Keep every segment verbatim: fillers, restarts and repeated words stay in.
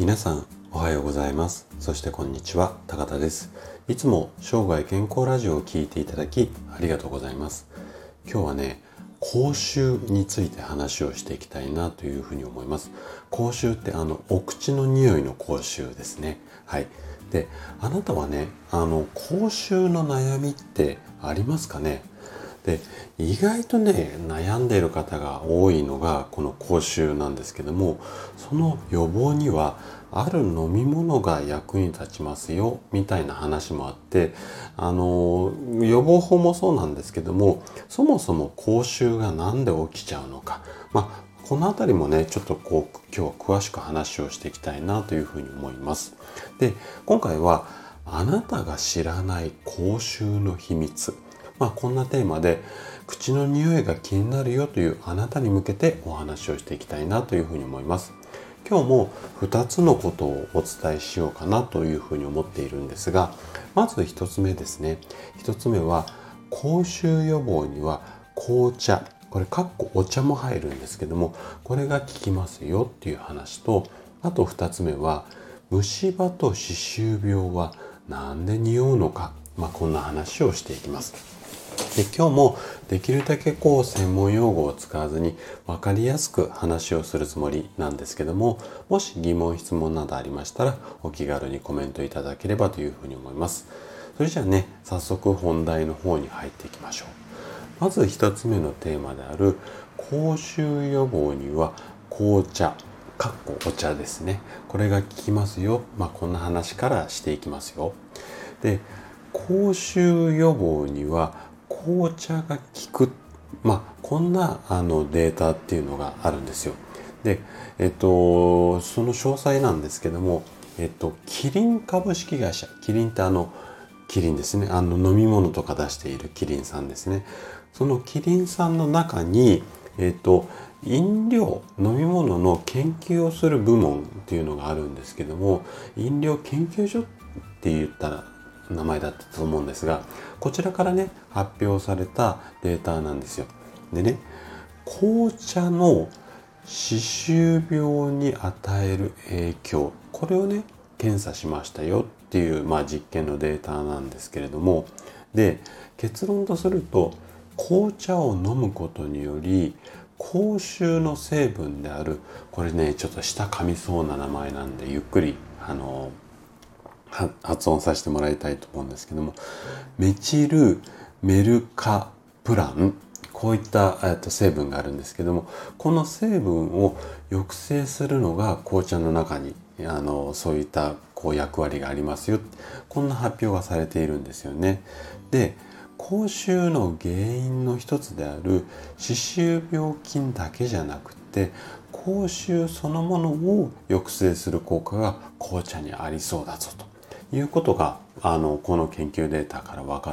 皆さんおはようございます。そしてこんにちは、高田です。いつも生涯健康ラジオを聞いていただきありがとうございます。今日はね、口臭について話をしていきたいなというふうに思います。口臭ってあのお口の匂いの口臭ですね。はい。で、あなたはね、あの口臭の悩みってありますかね？で、意外とね、悩んでいる方が多いのがこの口臭なんですけども、その予防にはある飲み物が役に立ちますよみたいな話もあって、あの予防法もそうなんですけども、そもそも口臭がなんで起きちゃうのか、まあこのあたりもね、ちょっとこう今日は詳しく話をしていきたいなというふうに思います。で、今回はあなたが知らない口臭の秘密、まあこんなテーマで、口の匂いが気になるよというあなたに向けてお話をしていきたいなというふうに思います。今日もふたつのことをお伝えしようかなというふうに思っているんですが、まずひとつめですね。ひとつめは、口臭予防には紅茶、これかっこお茶も入るんですけども、これが効きますよっていう話と、あとふたつめは、虫歯と歯周病はなんで匂うのか、まあこんな話をしていきます。で、今日もできるだけこう専門用語を使わずに分かりやすく話をするつもりなんですけども、もし疑問質問などありましたらお気軽にコメントいただければというふうに思います。それじゃあね、早速本題の方に入っていきましょう。まず一つ目のテーマである口臭予防には紅茶、かっこお茶ですね、これが効きますよ。まあこんな話からしていきますよ。で、口臭予防には紅茶が効く、まあこんなあのデータっていうのがあるんですよ。で、えっとその詳細なんですけども、えっとキリン株式会社、キリンってあのキリンですね、あの飲み物とか出しているキリンさんですね。そのキリンさんの中に、えっと飲料、飲み物の研究をする部門っていうのがあるんですけども、飲料研究所って言ったら名前だったと思うんですが、こちらからね発表されたデータなんですよ。でね、紅茶の歯周病に与える影響、これをね検査しましたよっていう、まあ、実験のデータなんですけれども、で、結論とすると、紅茶を飲むことにより口臭の成分である、これねちょっと舌噛みそうな名前なんでゆっくりあの発音させてもらいたいと思うんですけども、メチルメルカプラン、こういった成分があるんですけども、この成分を抑制するのが紅茶の中にあのそういったこう役割がありますよ、こんな発表がされているんですよね。で、口臭の原因の一つである歯周病菌だけじゃなくて、口臭そのものを抑制する効果が紅茶にありそうだぞということがあのこの研究データから分かって、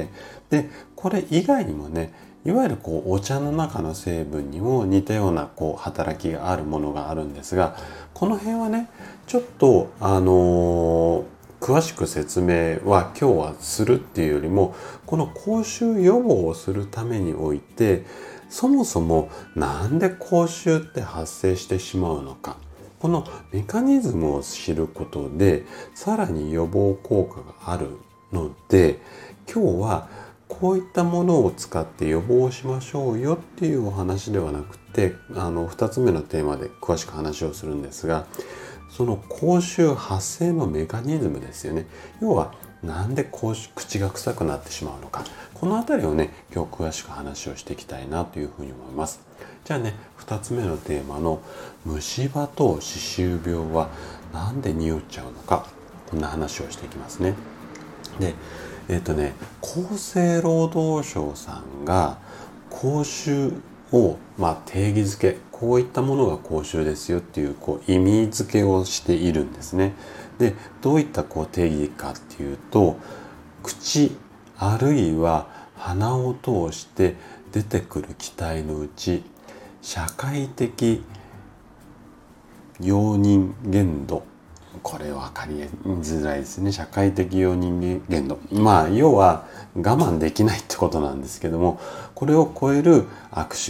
でこれ以外にもね、いわゆるこうお茶の中の成分にも似たようなこう働きがあるものがあるんですが、この辺はねちょっとあのー、詳しく説明は今日はするっていうよりも、この口臭予防をするためにおいて、そもそもなんで口臭って発生してしまうのか、このメカニズムを知ることでさらに予防効果があるので、今日はこういったものを使って予防しましょうよっていうお話ではなくて、あのふたつめのテーマで詳しく話をするんですが、その口臭発生のメカニズムですよね。要はなんで口臭口が臭くなってしまうのか、このあたりをね今日詳しく話をしていきたいなというふうに思います。じゃあね、ふたつめのテーマの虫歯と歯周病はなんで匂っちゃうのか、こんな話をしていきますね。で、えっとね、厚生労働省さんが口臭を、まあ、定義づけ、こういったものが口臭ですよっていうこう意味付けをしているんですね。で、どういったこう定義かっていうと、口あるいは鼻を通して出てくる気体のうち、社会的容認限度、これ分かりづらいですね。社会的容認限度、まあ要は我慢できないってことなんですけども、これを超える悪臭、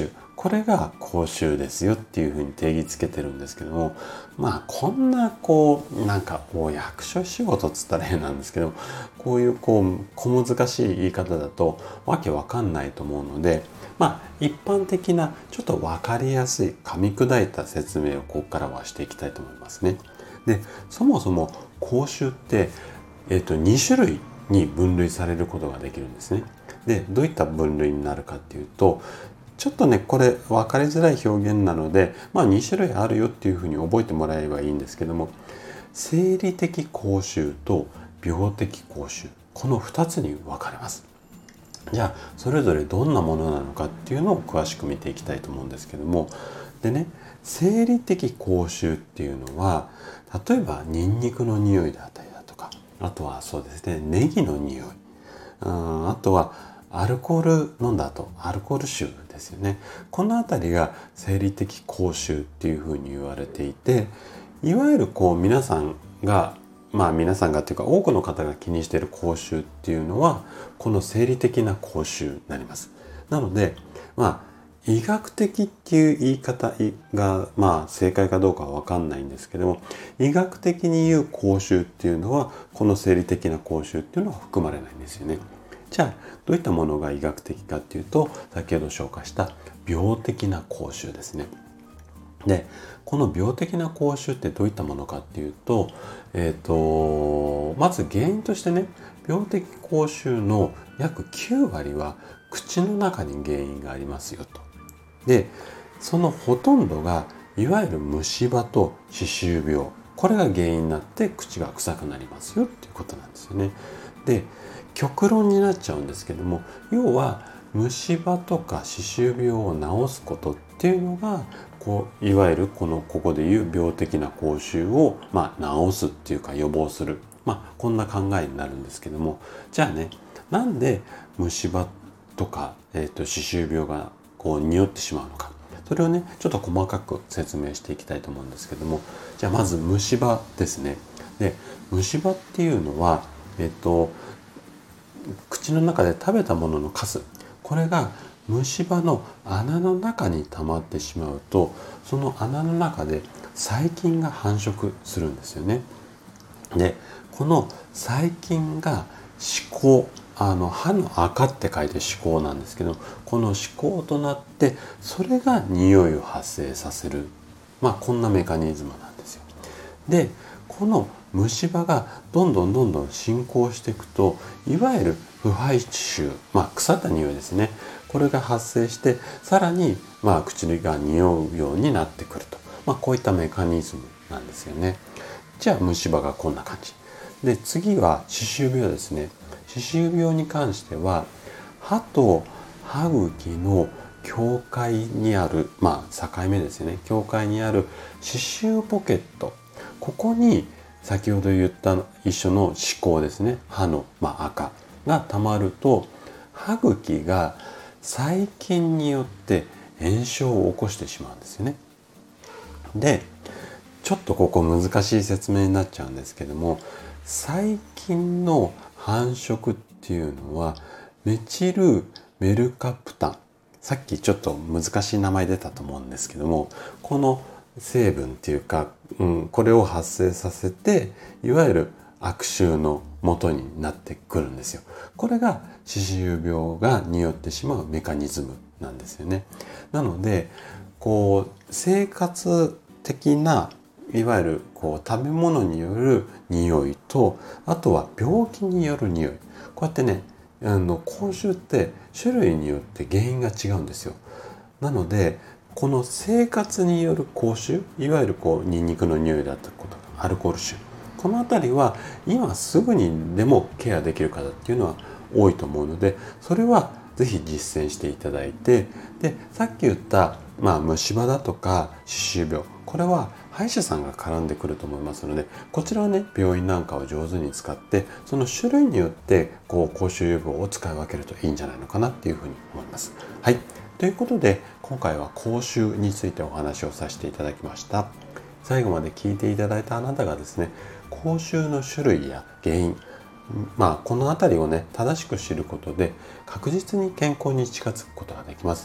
これが口臭ですよっていうふうに定義つけてるんですけども、まあこんなこうなんかこう役所仕事っつったら変なんですけど、こういうこう小難しい言い方だとわけわかんないと思うので、まあ一般的なちょっとわかりやすい噛み砕いた説明をここからはしていきたいと思いますね。で、そもそも口臭って、えっと、に種類に分類されることができるんですね。で、どういった分類になるかっていうと、ちょっとね、これ分かりづらい表現なので、まあに種類あるよっていうふうに覚えてもらえればいいんですけども、生理的口臭と病的口臭、このふたつに分かれます。じゃあ、それぞれどんなものなのかっていうのを詳しく見ていきたいと思うんですけども、でね、生理的口臭っていうのは、例えばニンニクの匂いだったりだとか、あとはそうですね、ネギの匂い、うん、あとはアルコール飲んだ後、アルコール臭ですよね。このあたりが生理的口臭っていうふうに言われていて、いわゆるこう皆さんが、まあ皆さんがっていうか多くの方が気にしている口臭っていうのは、この生理的な口臭になります。なので、まあ医学的っていう言い方が、まあ正解かどうかはわかんないんですけども、医学的に言う口臭っていうのは、この生理的な口臭っていうのは含まれないんですよね。じゃあ、どういったものが医学的かっていうと、先ほど紹介した病的な口臭ですね。で、この病的な口臭ってどういったものかっていうと、えっと、まず原因としてね、病的口臭の約きゅうわりは口の中に原因がありますよと。で、そのほとんどがいわゆる虫歯と歯周病、これが原因になって口が臭くなりますよっていうことなんですよね。で、極論になっちゃうんですけども、要は虫歯とか歯周病を治すことっていうのが、こういわゆるこのここでいう病的な口臭を、まあ、治すっていうか予防する、まあこんな考えになるんですけども、じゃあね、なんで虫歯とか、えーと、歯周病がこう匂ってしまうのか、それをねちょっと細かく説明していきたいと思うんですけども、じゃあまず虫歯ですね。で、虫歯っていうのは、えっと口の中で食べたもののカス、これが虫歯の穴の中に溜まってしまうと、その穴の中で細菌が繁殖するんですよね。で、この細菌が歯垢、あの歯の垢って書いて歯垢なんですけど、この歯垢となってそれが匂いを発生させる、まあこんなメカニズムなんですよ。で、この虫歯がどんどんどんどん進行していくと、いわゆる腐敗臭、まあ腐った匂いですね、これが発生して、さらにまあ口が匂うようになってくると、まあこういったメカニズムなんですよね。じゃあ虫歯がこんな感じで、次は歯周病ですね。歯周病に関しては、歯と歯茎の境界にある、まあ境目ですよね、境界にある歯周ポケット、ここに先ほど言った一緒の歯垢ですね、歯の、まあ、垢がたまると、歯茎が細菌によって炎症を起こしてしまうんですよね。で、ちょっとここ難しい説明になっちゃうんですけども、細菌の繁殖っていうのはメチルメルカプタン、さっきちょっと難しい名前出たと思うんですけども、この成分っていうか、うん、これを発生させて、いわゆる悪臭の元になってくるんですよ。これが歯周病が匂ってしまうメカニズムなんですよね。なので、こう生活的ないわゆるこう食べ物による匂いと、あとは病気による匂い、こうやってね、あの口臭って種類によって原因が違うんですよ。なので、この生活による口臭、いわゆるこうニンニクの匂いだったこと、アルコール臭、このあたりは今すぐにでもケアできる方っていうのは多いと思うので、それはぜひ実践していただいて、でさっき言った、まあ、虫歯だとか歯周病、これは歯医者さんが絡んでくると思いますので、こちらはね病院なんかを上手に使って、その種類によってこう口臭予防を使い分けるといいんじゃないのかなっていうふうに思います。はい、ということで今回は口臭についてお話をさせていただきました。最後まで聞いていただいたあなたがですね、口臭の種類や原因、まあこのあたりをね正しく知ることで確実に健康に近づくことができます。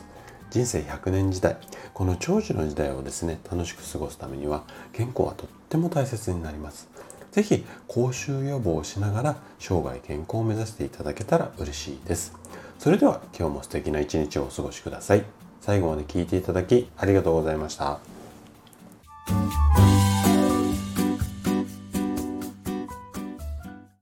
人生ひゃくねん時代、この長寿の時代をですね、楽しく過ごすためには健康はとっても大切になります。ぜひ口臭予防をしながら生涯健康を目指していただけたら嬉しいです。それでは今日も素敵な一日をお過ごしください。最後まで聞いていただきありがとうございました。